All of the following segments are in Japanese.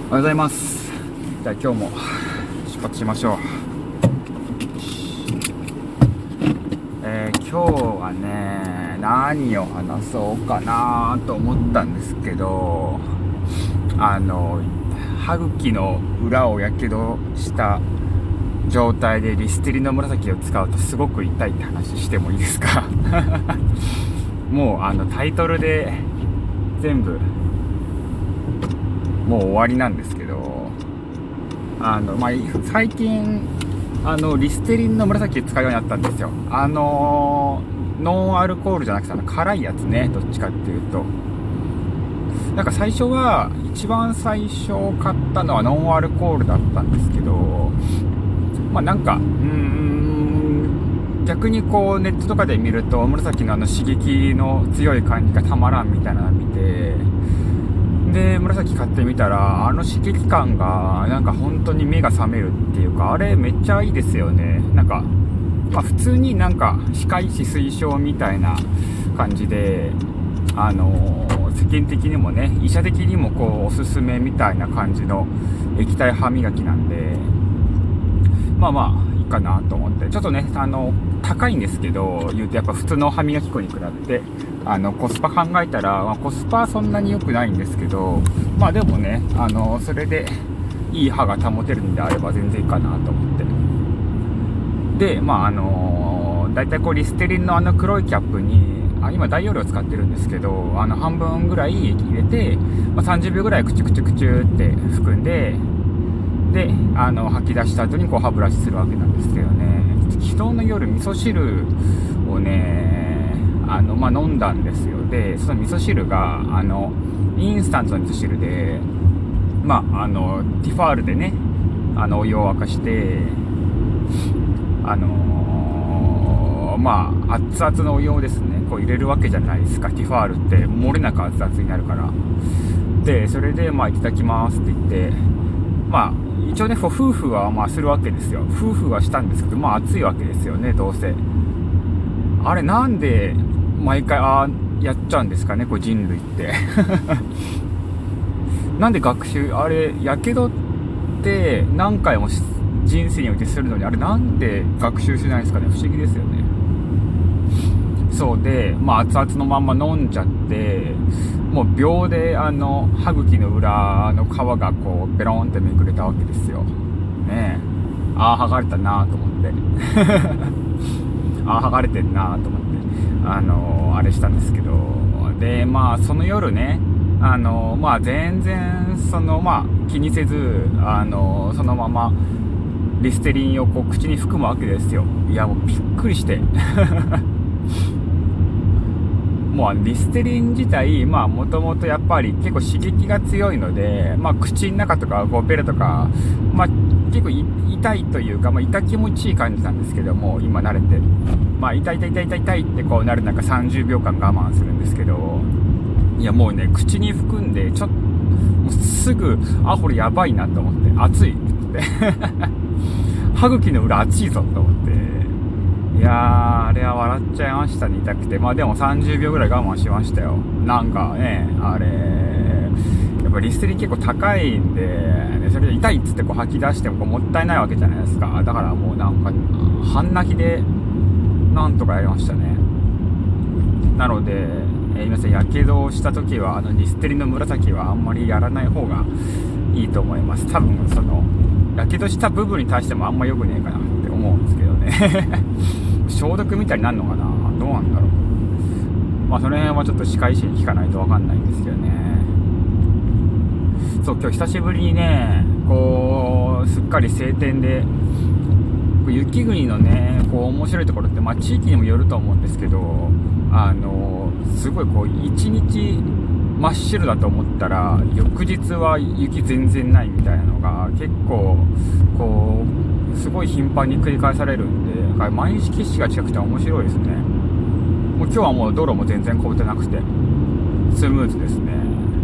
おはようございます。じゃあ今日も出発しましょう。今日はね、何を話そうかなと思ったんですけど、歯茎の裏をやけどした状態でリステリンの紫を使うとすごく痛いって話してもいいですか？もうタイトルで全部もう終わりなんですけど、最近リステリンの紫使うようになったんですよ。ノンアルコールじゃなくて辛いやつね、どっちかっていうと。なんか一番最初買ったのはノンアルコールだったんですけど、逆にこうネットとかで見ると紫の刺激の強い感じがたまらんみたいなのを見て、で紫買ってみたら刺激感がなんか本当に目が覚めるっていうか、あれめっちゃいいですよね。なんか普通になんか歯科医師推奨みたいな感じで世間的にもね、医者的にもこうおすすめみたいな感じの液体歯磨きなんで、いいかなと思って。ちょっとね高いんですけど、言うとやっぱ普通の歯磨き粉に比べてコスパ考えたら、コスパはそんなに良くないんですけど、でもねそれでいい歯が保てるんであれば全然いいかなと思って。でだいたいこうリステリンの黒いキャップに今大容量使ってるんですけど、半分ぐらい液入れて、30秒ぐらいクチュクチュクチュって含んで、吐き出した後にこう歯ブラシするわけなんですけどね。昨日の夜味噌汁をね飲んだんですよ。でその味噌汁がインスタントの味噌汁で、ティファールでねお湯を沸かして熱々のお湯をですねこう入れるわけじゃないですか。ティファールって漏れなく熱々になるから。でそれでいただきますって言って、一応ね夫婦はするわけですよ。夫婦はしたんですけど、暑いわけですよね、どうせ。あれなんで毎回やっちゃうんですかね、こう人類ってなんであれやけどって何回も人生においてするのに、あれなんで学習しないんですかね。不思議ですよね。そうで熱々のまんま飲んじゃって、もう秒で歯茎の裏の皮がこうベロンってめくれたわけですよね。剥がれたなと思って剥がれてんなと思ってあれしたんですけど、でその夜ね全然気にせずそのままリステリンをこう口に含むわけですよ。いやもうびっくりしてもうリステリン自体もともとやっぱり結構刺激が強いので、口の中とかこうベロとか結構痛いというか、痛気持ちいい感じなんですけども、今慣れて痛いってこうなる中30秒間我慢するんですけど、いやもうね口に含んでもうすぐこれやばいなと思って、熱いって歯茎の裏熱いぞと思って、いやーあれは笑っちゃいましたね、痛くて。でも30秒ぐらい我慢しましたよ。なんかねあれやっぱリステリン結構高いんで、それで痛いっつってこう吐き出してもこうもったいないわけじゃないですか。だからもうなんか半泣きでなんとかやりましたね。なので皆さんやけどをした時はリステリンの紫はあんまりやらない方がいいと思います。多分そのやけどした部分に対してもあんま良くねえかなって思うんですけどね消毒みたいになるのかな、どうなんだろう。その辺はちょっと歯科医師に聞かないと分かんないんですけどね。そう、今日久しぶりにねこうすっかり晴天で、雪国のねこう面白いところって地域にもよると思うんですけど、すごいこう一日真っ白だと思ったら翌日は雪全然ないみたいなのが結構こうすごい頻繁に繰り返されるんで、毎日景色が近くて面白いですね。もう今日はもう道路も全然凍ってなくてスムーズですね。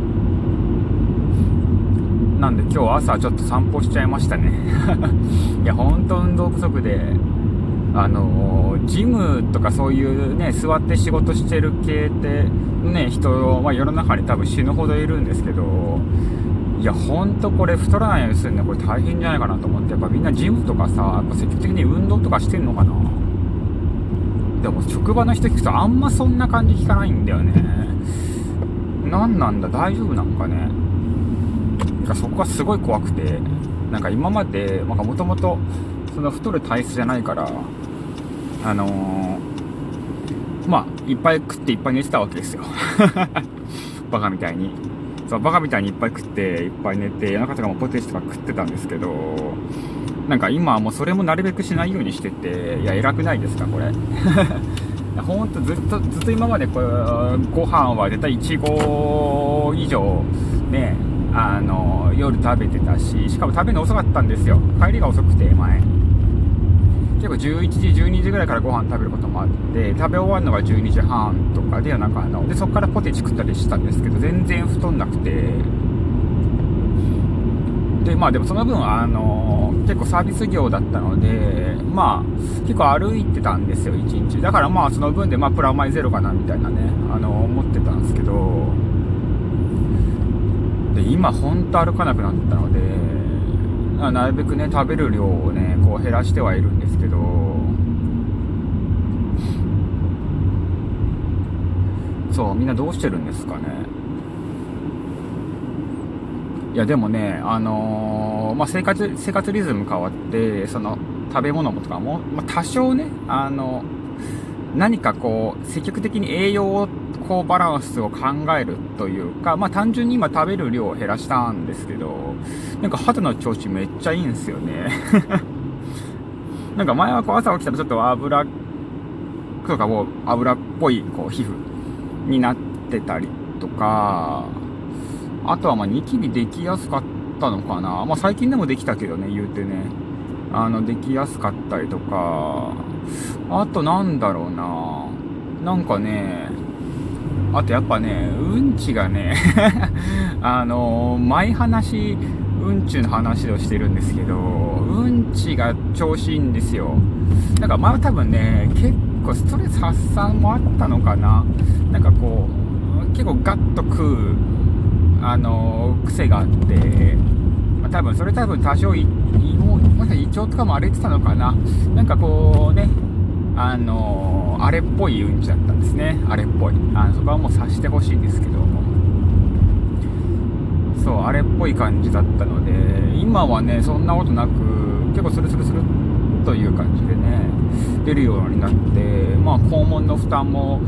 なんで今日朝ちょっと散歩しちゃいましたねいやほんと運動不足でジムとかそういうね座って仕事してる系ってね人は世の中に多分死ぬほどいるんですけど、いやほんとこれ太らないようにするのこれ大変じゃないかなと思って、やっぱみんなジムとかさ、やっぱ積極的に運動とかしてんのかな。でも職場の人聞くとあんまそんな感じ聞かないんだよね。なんなんだ、大丈夫なのかね。そこがすごい怖くて、なんか今までもともとその太る体質じゃないからいっぱい食っていっぱい寝てたわけですよバカみたいに。そう、バカみたいにいっぱい食っていっぱい寝て、夜中とかもポテチとか食ってたんですけど、なんか今はもうそれもなるべくしないようにしてて、いや偉くないですかこれほんとずっと今までご飯は絶対1合以上ね、夜食べてたし、しかも食べるの遅かったんですよ。帰りが遅くて、前結構11時12時ぐらいからご飯食べることもあって、食べ終わるのが12時半とかで、なんかでそこからポテチ食ったりしたんですけど、全然太んなくて、ででもその分結構サービス業だったので、結構歩いてたんですよ1日。だからその分でプラマイゼロかなみたいなね、思ってたんですけど、で今ほんと歩かなくなったので、なるべくね食べる量をねこう減らしてはいるんですけど、そうみんなどうしてるんですかね。いやでもね生活リズム変わって、その食べ物もとかも、多少ね何かこう積極的に栄養こうバランスを考えるというか、単純に今食べる量を減らしたんですけど、なんか肌の調子めっちゃいいんですよねなんか前はこう朝起きたらちょっと油とか油っぽいこう皮膚になってたりとか、あとはニキビできやすかったのかな。最近でもできたけどね、言うてねできやすかったりとか、あとなんだろうな、なんかね、あとやっぱね、うんちがね前話うんちの話をしてるんですけど、うんちが調子いいんですよ。なんか多分ね、結構ストレス発散もあったのかな。なんかこう結構ガッと食う癖があって、多分多少胃腸とかも荒れてたのかな。なんかこうね、あれっぽいうんちだったんですね。あれっぽい。そこはもう察してほしいんですけども。そう、あれっぽい感じだったので、今はね、そんなことなく、結構スルスルスルという感じでね、出るようになって、肛門の負担も、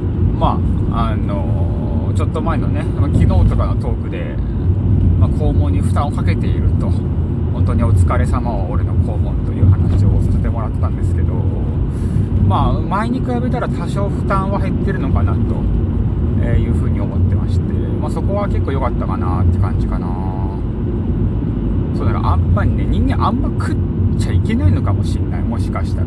ちょっと前のね、昨日とかのトークで、肛門に負担をかけていると、本当にお疲れ様を俺の肛門という話をさせてもらったんですけど、前に比べたら多少負担は減ってるのかなというふうに思ってまして、そこは結構良かったかなって感じかな。そうだからやっぱりね、人間あんま食っちゃいけないのかもしれない、もしかしたら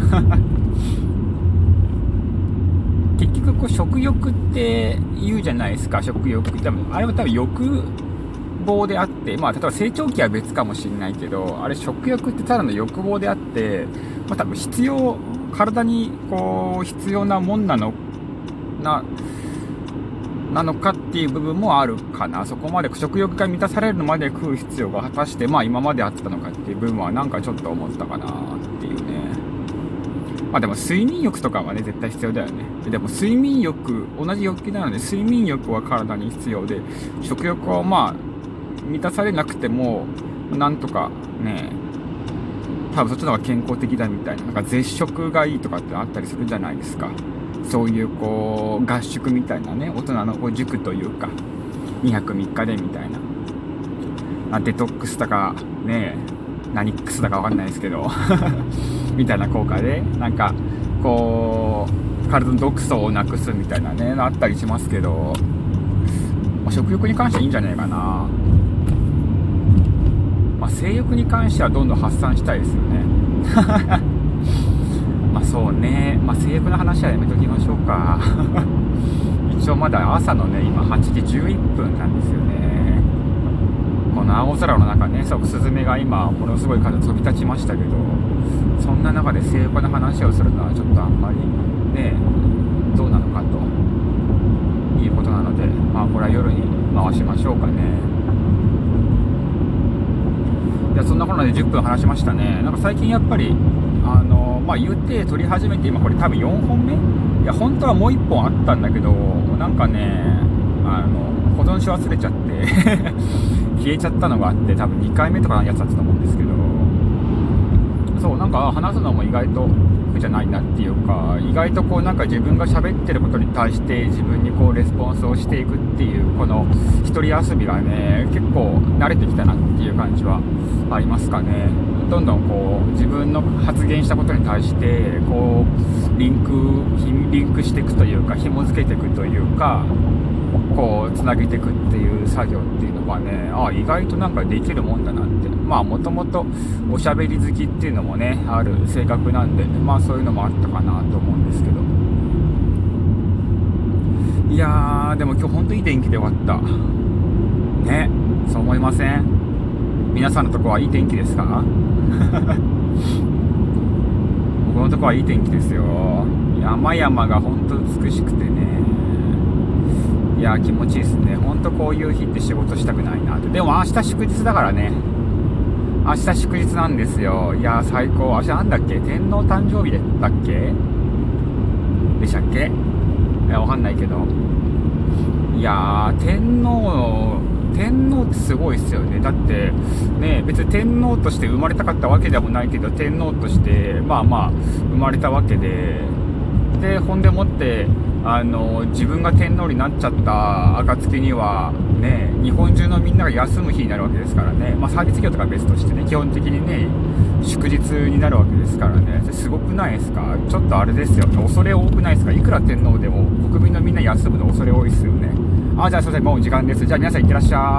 結局こう食欲って言うじゃないですか。食欲ってあれは多分欲望であって、例えば成長期は別かもしれないけど、あれ食欲ってただの欲望であって、多分体にこう必要なもんなのかっていう部分もあるかな。そこまで食欲が満たされるのまで食う必要が果たして今まであったのかっていう部分はなんかちょっと思ったかなっていうね。でも睡眠欲とかはね絶対必要だよね。でも睡眠欲、同じ欲求なので睡眠欲は体に必要で、食欲は満たされなくてもなんとかね、多分そっちの方が健康的だみたいな、なんか絶食がいいとかってあったりするじゃないですか。そういうこう合宿みたいなね、大人のこう塾というか2泊3日でみたいな、デトックスとかね、何ックスだかわかんないですけどみたいな効果でなんかこう体の毒素をなくすみたいなねあったりしますけど、食欲に関してはいいんじゃないかな。性欲に関してはどんどん発散したいですよねそうね、性欲の話はやめときましょうか一応まだ朝のね今8時11分なんですよね。この青空の中ね、スズメが今ものすごい数飛び立ちましたけど、そんな中で性欲の話をするのはちょっとあんまりねどうなのかということなので、これは夜に回しましょうかね。 や、そんなこんなで10分話しましたね。なんか最近やっぱり言って撮り始めて今これ多分4本目。いや本当はもう1本あったんだけど、なんかね保存し忘れちゃって消えちゃったのがあって、多分2回目とかのやつだったと思うんですけど、そうなんか話すのも意外と苦じゃないなっていうか、意外とこうなんか自分が喋ってることに対して自分にこうレスポンスをしていくっていうこの一人遊びがね、結構慣れてきたなっていう感じはありますかね。どんどんこう自分の発言したことに対してこうリンクしていくというか、紐付けていくというか、こうつなげていくっていう作業っていうのはね、意外となんかできるもんだなって。もともとおしゃべり好きっていうのもねある性格なんで、そういうのもあったかなと思うんですけど、いやーでも今日ほんといい天気でよかったね。そう思いません？皆さんのとこはいい天気ですか？僕のとこはいい天気ですよ。山々がほんと美しくてね、いや気持ちいいですね。ほんとこういう日って仕事したくないなって。でも明日祝日だからね。明日祝日なんですよ。いや最高。明日なんだっけ、天皇誕生日だっけでしたっけ。いやわかんないけど、いや天皇ってすごいっすよね。だってね、別に天皇として生まれたかったわけでもないけど、天皇として生まれたわけで、ほんでもって自分が天皇になっちゃった暁にはね、日本中のみんなが休む日になるわけですからね。サービス業とかは別としてね、基本的にね祝日になるわけですからね。すごくないですか？ちょっとあれですよね、恐れ多くないですか？いくら天皇でも国民のみんな休むの恐れ多いですよね。じゃあすいません、もう時間です。じゃあ皆さんいってらっしゃい。